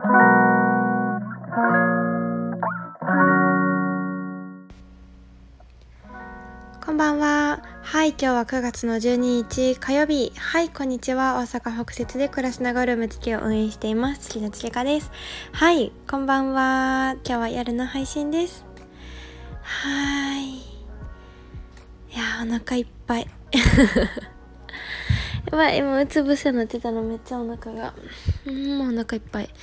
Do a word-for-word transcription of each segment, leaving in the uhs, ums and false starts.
こんばんは。はい、今日はくがつのじゅうににち火曜日。はい、こんにちは。大阪北節で暮らしながらルームつきを運営しています月のつけかです。はい、こんばんは。今日は夜の配信です。はい、いやお腹いっぱいやばい、今うつ伏せになってたのめっちゃお腹がうんもうお腹いっぱい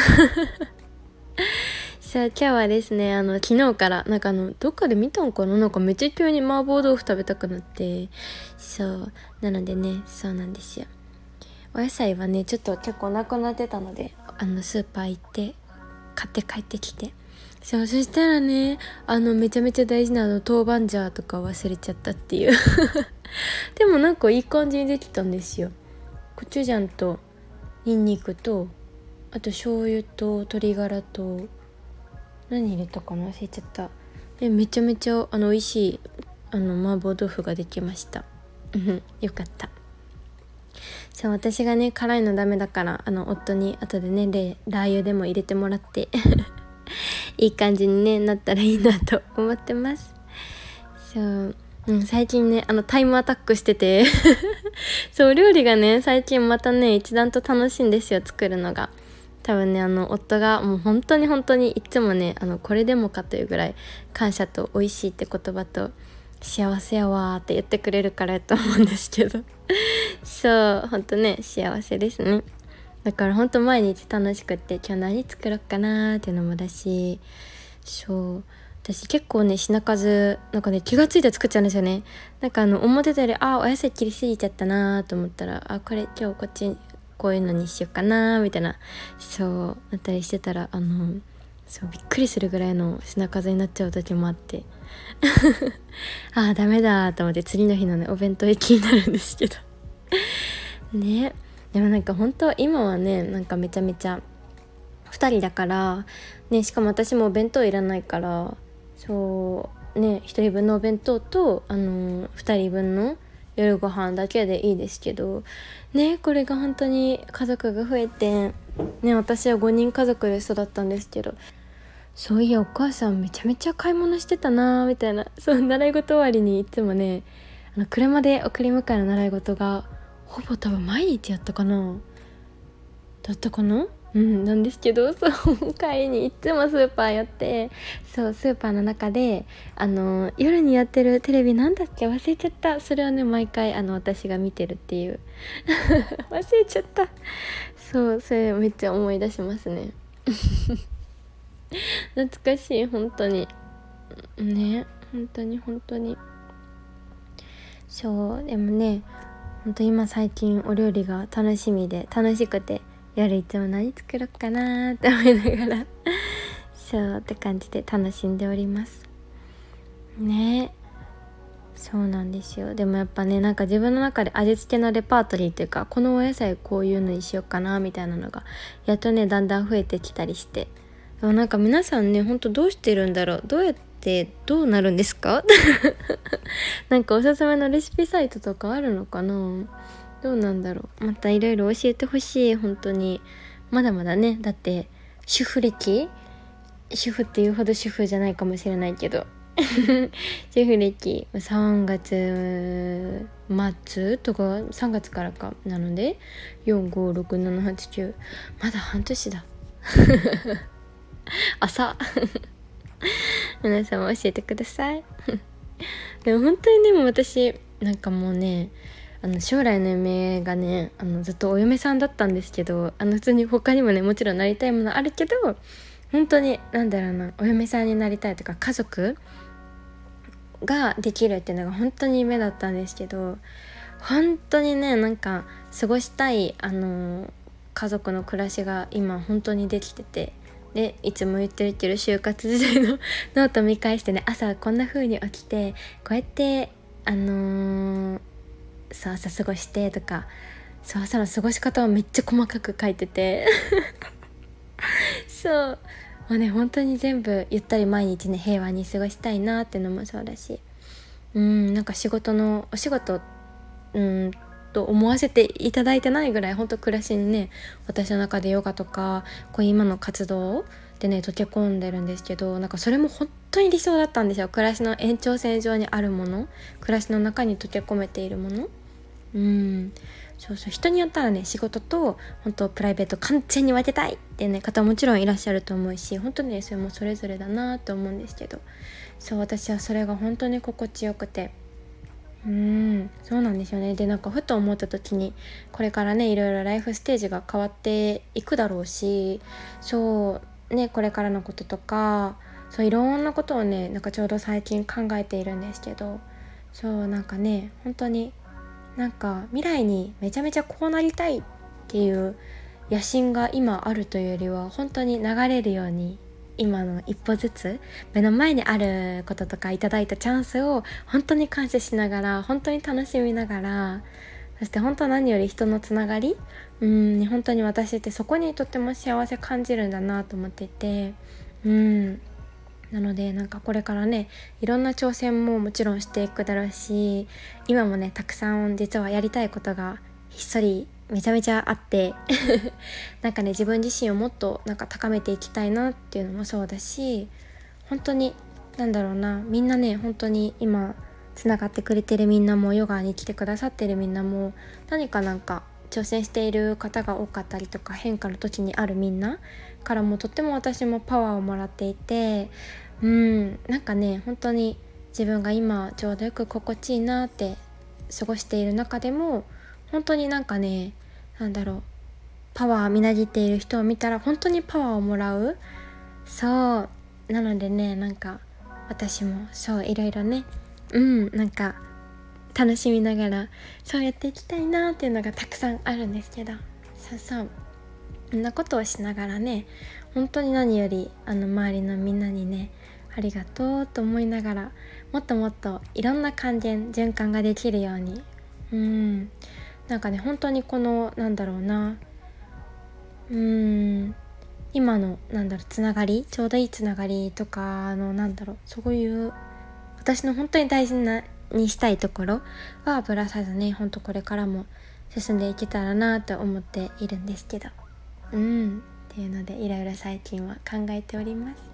さあ今日はですね、あの昨日からなんかあのどっかで見たんかな、なんかめっちゃ急に麻婆豆腐食べたくなって、そうなのでね、そうなんですよ。お野菜はねちょっと結構なくなってたので、あのスーパー行って買って帰ってきて、そうそしたらね、あのめちゃめちゃ大事なあの豆板醤とか忘れちゃったっていうでもなんかいい感じにできたんですよ。コチュジャンとニンニクと、あと醤油と鶏ガラと何入れたかな忘れちゃった。でめちゃめちゃあの美味しいあの麻婆豆腐ができましたよかった。そう、私がね辛いのダメだから、あの夫に後でねでラー油でも入れてもらっていい感じに、ね、なったらいいなと思ってます。そう、うん、最近ねあのタイムアタックしててそう料理がね最近またね一段と楽しいんですよ、作るのが。多分ねあの夫がもう本当に本当にいつもね、あのこれでもかというぐらい感謝と美味しいって言葉と幸せやわーって言ってくれるからやと思うんですけどそう本当ね幸せですね。だから本当毎日楽しくって、今日何作ろうかなーっていうのもだし、そう私結構ね品数なんかね気がついて作っちゃうんですよね。なんかあの思ってたよりあお野菜切りすぎちゃったなーと思ったら、あこれ今日こっちこういうのにしようかなみたいな、そうなったりしてたら、あのそうびっくりするぐらいの品数になっちゃう時もあってあーダメだと思って、次の日のねお弁当気になるんですけどね。でもなんか本当今はねなんかめちゃめちゃふたりだからね、しかも私もお弁当いらないから、そうねひとりぶんのお弁当とあのふたりぶんの夜ご飯だけでいいですけどね、これが本当に家族が増えてね、私はごにん家族で育ったんですけど、そういやお母さんめちゃめちゃ買い物してたなみたいな、そう習い事終わりにいつもねあの車で送り迎えの習い事がほぼ多分毎日やったかなだったかなうんなんですけど、そう帰りにいつもスーパー寄って、そうスーパーの中であの夜にやってるテレビなんだっけ忘れちゃった、それをね毎回あの私が見てるっていう忘れちゃった。そうそれめっちゃ思い出しますね懐かしい本当にね、本当に本当に。そうでもね本当今最近お料理が楽しみで楽しくて、夜いつも何作ろうかなって思いながらそうって感じで楽しんでおりますね。そうなんですよ。でもやっぱねなんか自分の中で味付けのレパートリーというか、このお野菜こういうのにしようかなみたいなのがやっとねだんだん増えてきたりして、でもなんか皆さんねほんとどうしてるんだろう、どうやってどうなるんですかなんかおすすめのレシピサイトとかあるのかな、どうなんだろう、またいろいろ教えてほしい本当に。まだまだねだって主婦歴主婦っていうほど主婦じゃないかもしれないけど主婦歴さんがつ末とかさんがつからかなのでよんごろくななはちきゅうまだ半年だ朝皆さんも教えてくださいでも本当にでも私なんかもうねあの将来の夢がねあのずっとお嫁さんだったんですけど、あの普通に他にもねもちろんなりたいものあるけど、本当になんだろうな、お嫁さんになりたいとか家族ができるっていうのが本当に夢だったんですけど、本当にねなんか過ごしたいあの家族の暮らしが今本当にできてて、でいつも言ってるけど就活時代のノート見返してね、朝こんな風に起きてこうやってあのー、そう朝過ごしてとか、そう朝の過ごし方をめっちゃ細かく書いててそうもうね本当に全部ゆったり毎日ね平和に過ごしたいなってのもそうだし、うんなんか仕事のお仕事うんと思わせていただいてないぐらい、本当暮らしにね、私の中でヨガとかこういう今の活動でね溶け込んでるんですけど、なんかそれも本当に理想だったんですよ。暮らしの延長線上にあるもの、暮らしの中に溶け込めているもの。うんそうそう、人によったらね、仕事と本当プライベート完全に分けたいってね方ももちろんいらっしゃると思うし、本当ねそれもそれぞれだなと思うんですけど、そう私はそれが本当に心地よくて、うーんそうなんですよね。でなんかふと思った時に、これからねいろいろライフステージが変わっていくだろうし、そうねこれからのこととか、そういろんなことをねなんかちょうど最近考えているんですけど、そうなんかね本当になんか未来にめちゃめちゃこうなりたいっていう野心が今あるというよりは、本当に流れるように今の一歩ずつ目の前にあることとかいただいたチャンスを本当に感謝しながら、本当に楽しみながら、そして本当何より人のつながり、うん本当に私ってそこにとっても幸せ感じるんだなと思っていて、うんなのでなんかこれからねいろんな挑戦ももちろんしていくだろうし、今もねたくさん実はやりたいことがひっそりめちゃめちゃあってなんかね自分自身をもっとなんか高めていきたいなっていうのもそうだし、本当になんだろうな、みんなね本当に今つながってくれてるみんなも、ヨガに来てくださってるみんなも、何かなんか挑戦している方が多かったりとか、変化の時にあるみんなからもとっても私もパワーをもらっていて、うんなんかね本当に自分が今ちょうどよく心地いいなって過ごしている中でも、本当になんかねなんだろう、パワーみなぎっている人を見たら本当にパワーをもらう。そうなのでねなんか私もそういろいろねうんなんか楽しみながらそうやっていきたいなっていうのがたくさんあるんですけど、そうそうこんなことをしながらね、本当に何よりあの周りのみんなにねありがとうと思いながら、もっともっといろんな還元循環ができるように、うんなんかね本当にこのなんだろうな、うん今のなんだろうつながり、ちょうどいいつながりとかあのなんだろう、そういう私の本当に大事なにしたいところはぶらさずね、本当これからも進んでいけたらなと思っているんですけど、うんっていうのでいろいろ最近は考えております。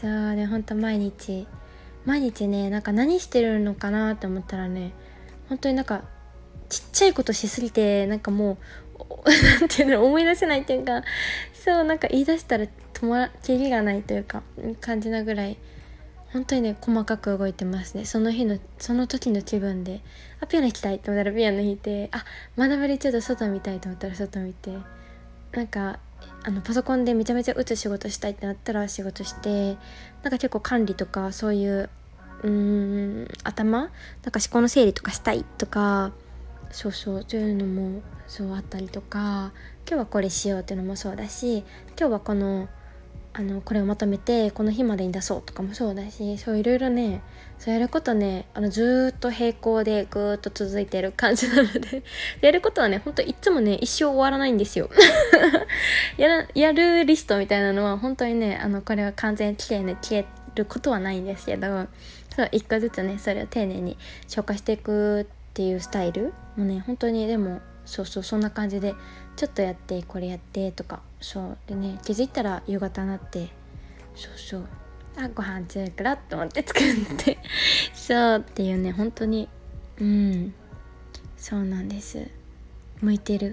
そうね本当毎日毎日ねなんか何してるのかなと思ったらね、本当になんかちっちゃいことしすぎてなんかもうなんていうの思い出せないっていうか、そうなんか言い出したら止まらきりがないというか感じなぐらい本当にね細かく動いてますね。その日のその時の気分で、あピアノ弾きたいと思ったらピアノ弾いて、あ学べりちょっと外見たいと思ったら外見て、なんかあのパソコンでめちゃめちゃ打つ仕事したいってなったら仕事して、なんか結構管理とかそういううーん頭なんか思考の整理とかしたいとか、そうそうそういうのもそうあったりとか、今日はこれしようっていうのもそうだし、今日はこのあのこれをまとめてこの日までに出そうとかもそうだし、そういろいろねそうやることねあのずーっと並行でぐーっと続いてる感じなのでやることはねほんといつもね一生終わらないんですよやらやるリストみたいなのは本当にねあのこれは完全にきれいに消えることはないんですけど、そう一個ずつねそれを丁寧に消化していくっていうスタイルもね本当にでもそうそうそんな感じでちょっとやってこれやってとか、そうでね気づいたら夕方になって、そうそうあご飯作ろうと思って作ってそうっていうね本当にうんそうなんです、向いてる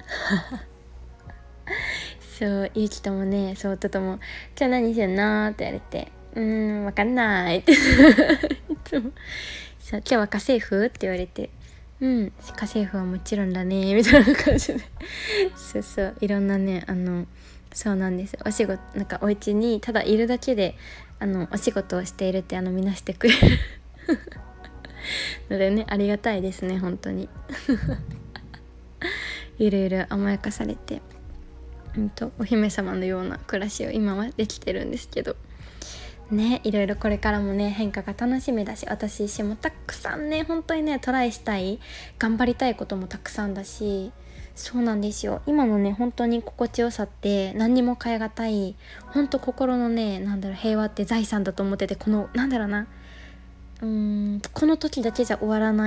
そうゆうきともねそうととも今日何してんのって言われて、うーんわかんないっていつもそう今日は家政婦って言われて、うん家政婦はもちろんだねみたいな感じでそうそういろんなねあのそうなんです、お仕事なんかお家にただいるだけであのお仕事をしているってあのみなしてくれるのでねありがたいですね本当にいろいろ甘やかされて、うんとお姫様のような暮らしを今はできてるんですけどね、いろいろこれからもね変化が楽しみだし、私自身もたくさんね本当にねトライしたい頑張りたいこともたくさんだし、そうなんですよ今のね本当に心地よさって何にも変えがたい本当心のねなんだろう平和って財産だと思ってて、このなんだろうなうーんこの時だけじゃ終わらない、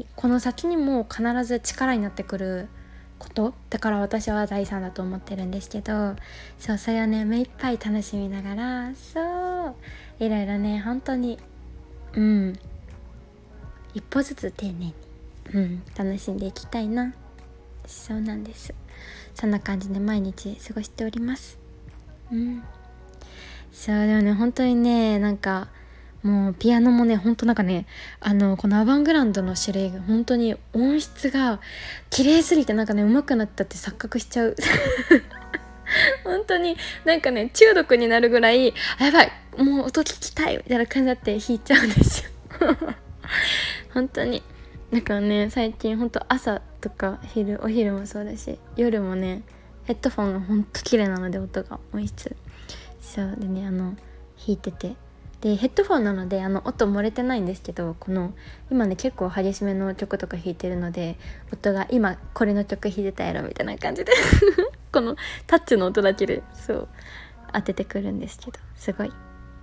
この先にも必ず力になってくることだから、私は財産だと思ってるんですけど、そうそれをね目いっぱい楽しみながら、そういろいろね本当にうん一歩ずつ丁寧に、うん、楽しんでいきたいな。そうなんです。そんな感じで毎日過ごしております。うんそうでもね本当にね、なんかもうピアノもねほんとなんかね、あのこのアバングランドの種類が本当に音質が綺麗すぎて、なんかね上手くなったって錯覚しちゃう本当になんかね中毒になるぐらい、あやばいもう音聞きたいみたいな感じになって弾いちゃうんですよ本当にだからね、最近ほんと朝とか昼お昼もそうだし、夜もねヘッドフォンがほんと綺麗なので、音が音質そうでね、あの弾いてて、でヘッドフォンなのであの音漏れてないんですけど、この今ね結構激しめの曲とか弾いてるので、音が今これの曲弾いてたやろみたいな感じでこのタッチの音だけでそう当ててくるんですけど、すごい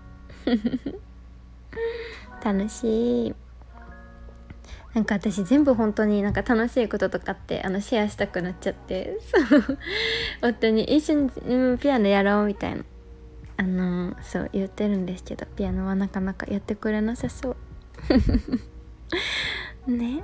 楽しい。なんか私全部本当になんか楽しいこととかってあのシェアしたくなっちゃって、そう夫に一緒に、うん、ピアノやろうみたいなあのー、そう言ってるんですけど、ピアノはなかなかやってくれなさそうね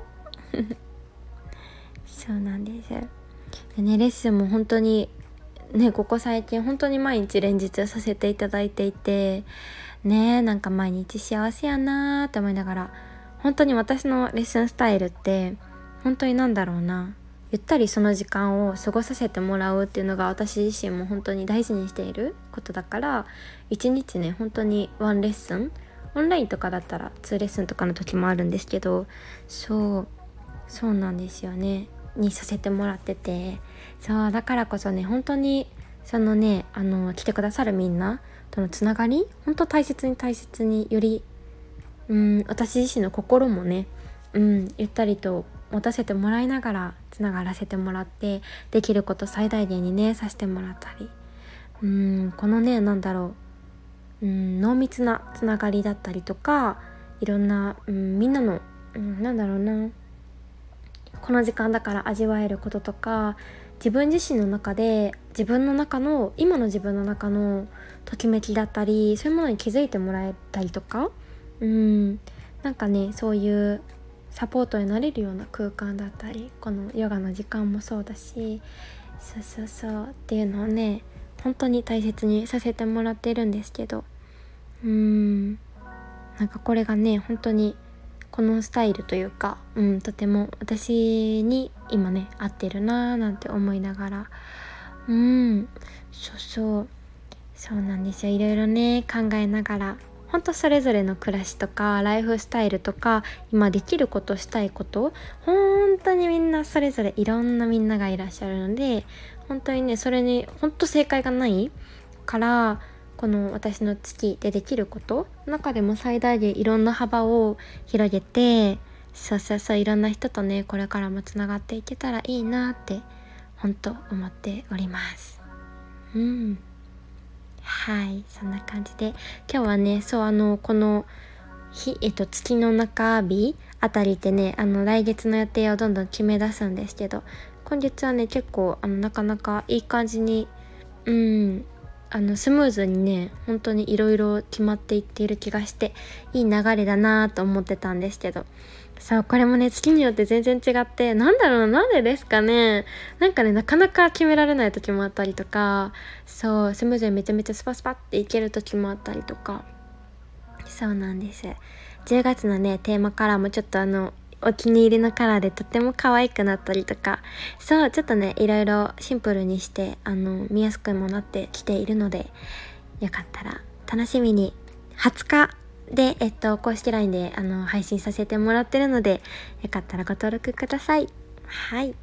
そうなんですよ。でね、レッスンも本当にねここ最近本当に毎日連日させていただいていてね、なんか毎日幸せやなーって思いながら、本当に私のレッスンスタイルって本当になんだろうな、ゆったりその時間を過ごさせてもらうっていうのが私自身も本当に大事にしていることだから、一日ね本当にワンレッスン、オンラインとかだったらツーレッスンとかの時もあるんですけど、そうそうなんですよねにさせてもらってて、そうだからこそね本当にそのねあの来てくださるみんなとのつながり本当大切に大切に、よりうん私自身の心もねうんゆったりと持たせてもらいながらつながらせてもらって、できること最大限にねさせてもらったり、うんこのねなんだろう、うん濃密なつながりだったりとか、いろんな、うん、みんなの、うん、なんだろうな、この時間だから味わえることとか、自分自身の中で自分の中の今の自分の中のときめきだったり、そういうものに気づいてもらえたりとか、うんなんかねそういうサポートになれるような空間だったり、このヨガの時間もそうだし、そうそうそうっていうのをね本当に大切にさせてもらってるんですけど、うーんなんかこれがね本当にこのスタイルというか、うん、とても私に今ね合ってるなーなんて思いながら、うんそうそうそうなんですよ。いろいろね考えながら、本当それぞれの暮らしとかライフスタイルとか今できることしたいこと、本当にみんなそれぞれいろんなみんながいらっしゃるので、本当にねそれに本当正解がないから、この私の月でできること中でも最大限いろんな幅を広げて、そうそうそういろんな人とねこれからもつながっていけたらいいなって本当思っております。うんはいそんな感じで今日はね、そうあのこの日、えっと、月の中日あたりでねあの来月の予定をどんどん決め出すんですけど、今月はね結構あのなかなかいい感じにうんあのスムーズにね本当にいろいろ決まっていっている気がして、いい流れだなと思ってたんですけど、そうこれもね月によって全然違って、なんだろうな、なんでですかね、なんかねなかなか決められない時もあったりとか、そうスムーズにめちゃめちゃスパスパっていける時もあったりとか、そうなんです。じゅうがつのねテーマカラーもちょっとあのお気に入りのカラーでとっても可愛くなったりとか、そうちょっとねいろいろシンプルにしてあの見やすくもなってきているので、よかったら楽しみにはつかでえっと公式 ライン であの配信させてもらってるので、よかったらご登録ください。はい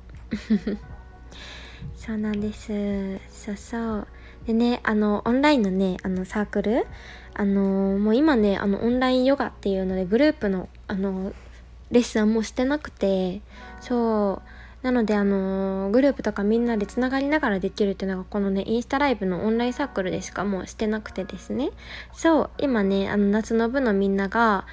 そうなんです。そうそうでね、あのオンラインのねあのサークル、あのもう今ねあのオンラインヨガっていうのでグループのあのレッスンはもうしてなくて、そうなのであのー、グループとかみんなでつながりながらできるっていうのがこのねインスタライブのオンラインサークルでしかもうしてなくてですね、そう今ねあの夏の部のみんなが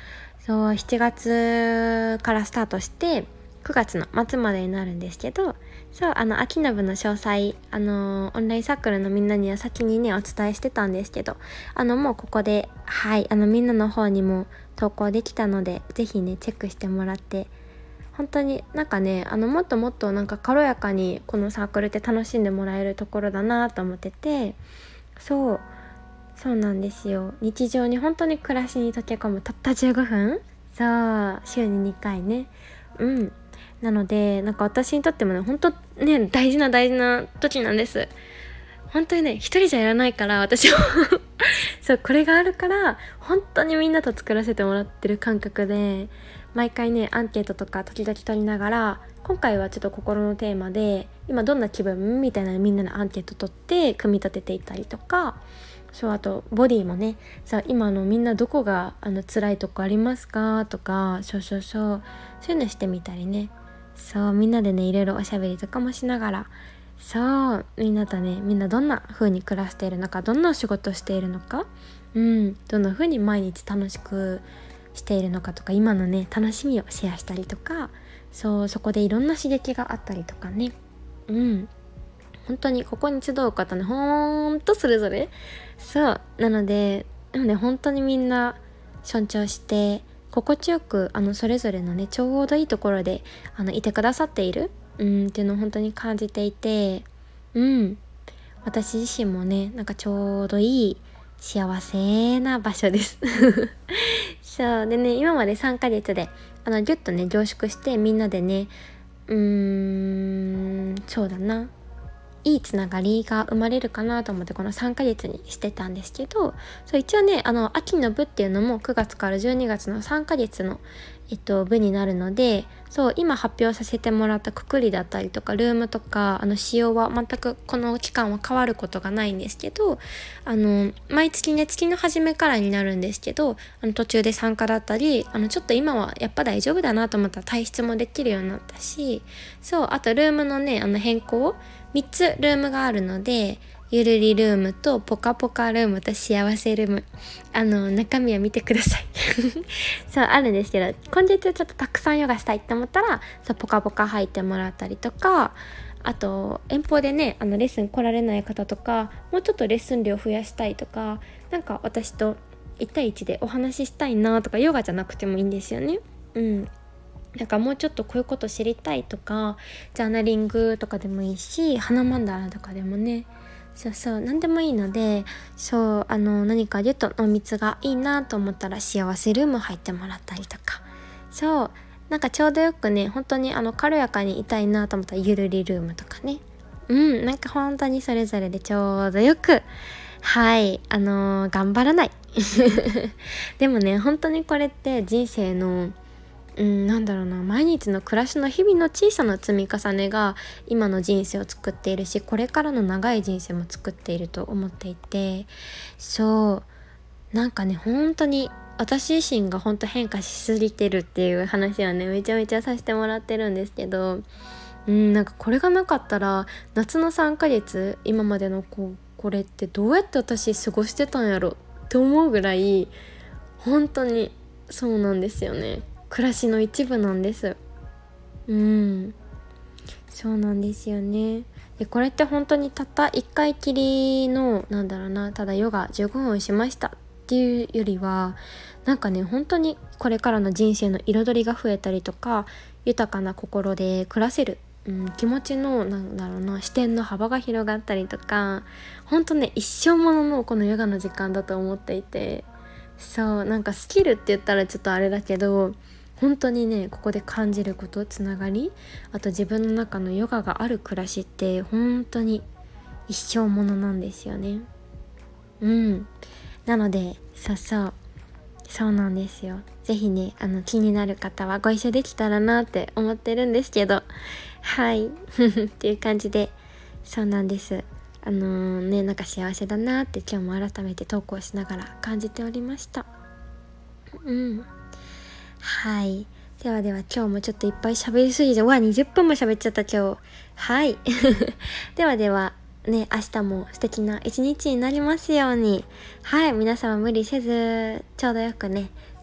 そうしちがつからスタートしてくがつの末までになるんですけど、そうあの秋の部の詳細あのオンラインサークルのみんなには先にねお伝えしてたんですけど、あのもうここではいあのみんなの方にも投稿できたので、ぜひねチェックしてもらって、本当になんかねあのもっともっとなんか軽やかにこのサークルって楽しんでもらえるところだなと思ってて、そうそうなんですよ。日常に本当に暮らしに溶け込むたったじゅうごふん、そう週ににかいね、うんなのでなんか私にとってもね本当ね大事な大事な時なんです。本当にね一人じゃやらないから私もそうこれがあるから本当にみんなと作らせてもらってる感覚で、毎回ねアンケートとか時々取りながら、今回はちょっと心のテーマで今どんな気分みたいなみんなのアンケート取って組み立てていたりとか、そうあとボディもね、さあ今のみんなどこがあの辛いとこありますかとか、そうそうそうそういうのしてみたりね、そうみんなでねいろいろおしゃべりとかもしながら、そうみんなとねみんなどんな風に暮らしているのか、どんなお仕事をしているのか、うんどんな風に毎日楽しくしているのかとか、今のね楽しみをシェアしたりとか、そうそこでいろんな刺激があったりとかね、うん本当にここに集う方ねほんとそれぞれ、そうなのででもね本当にみんな尊重して心地よくあのそれぞれのねちょうどいいところであのいてくださっているうんっていうのを本当に感じていて、うん私自身もねなんかちょうどいい幸せな場所ですそうでね今までさんかげつであのギュッとね凝縮してみんなでねうーんそうだないいつながりが生まれるかなと思ってこのさんかげつにしてたんですけど、そう一応ねあの秋の部っていうのもくがつからじゅうにがつのさんかげつの、えっと、部になるので、そう今発表させてもらったくくりだったりとかルームとかあの仕様は全くこの期間は変わることがないんですけど、あの毎月ね月の初めからになるんですけど、あの途中で参加だったりあのちょっと今はやっぱ大丈夫だなと思ったら退出もできるようになったし、そうあとルームのねあの変更みっつルームがあるので、ゆるりルームとポカポカルームと幸せルーム、あの中身は見てくださいそうあるんですけど、今月ちょっとたくさんヨガしたいって思ったらそうポカポカ入ってもらったりとか、あと遠方でねあのレッスン来られない方とか、もうちょっとレッスン量増やしたいとか、なんか私といち対いちでお話ししたいなとか、ヨガじゃなくてもいいんですよね。うんなんかもうちょっとこういうこと知りたいとか、ジャーナリングとかでもいいし、花曼荼羅とかでもね、そうそう何でもいいので、そうあの何かギュッと濃密がいいなと思ったら幸せルーム入ってもらったりとか、そうなんかちょうどよくね本当にあの軽やかにいたいなと思ったらゆるりルームとかね、うんなんか本当にそれぞれでちょうどよくはいあのー、頑張らないでもね本当にこれって人生のうん、なんだろうな毎日の暮らしの日々の小さな積み重ねが今の人生を作っているし、これからの長い人生も作っていると思っていて、そうなんかね本当に私自身が本当変化しすぎてるっていう話はねめちゃめちゃさせてもらってるんですけど、うんなんかこれがなかったら夏のさんかげつ今までのこうこれってどうやって私過ごしてたんやろって思うぐらい本当にそうなんですよね。暮らしの一部なんです。うんそうなんですよね。でこれって本当にたったいっかいきりのなんだろうなただヨガじゅうごふんしましたっていうよりは、なんかね本当にこれからの人生の彩りが増えたりとか、豊かな心で暮らせる、うん、気持ちのなんだろうな視点の幅が広がったりとか、本当ね一生もののこのヨガの時間だと思っていて、そうなんかスキルって言ったらちょっとあれだけど本当にねここで感じること、つながり、あと自分の中のヨガがある暮らしって本当に一生ものなんですよね。うんなのでそうそうそうなんですよ。ぜひねあの気になる方はご一緒できたらなって思ってるんですけど、はいっていう感じで、そうなんです。あのー、ねなんか幸せだなって今日も改めて投稿しながら感じておりました。うんはいではでは今日もちょっといっぱい喋りすぎて、うわにじゅっぷんも喋っちゃった今日。はいではではね明日も素敵な一日になりますように。はい皆様無理せずちょうどよくね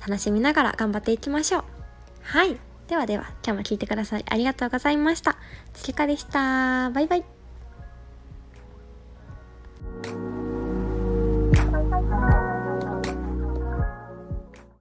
楽しみながら頑張っていきましょう。はい。ではでは、今日も聞いてくださりありがとうございました。つきかでした。バイバイ。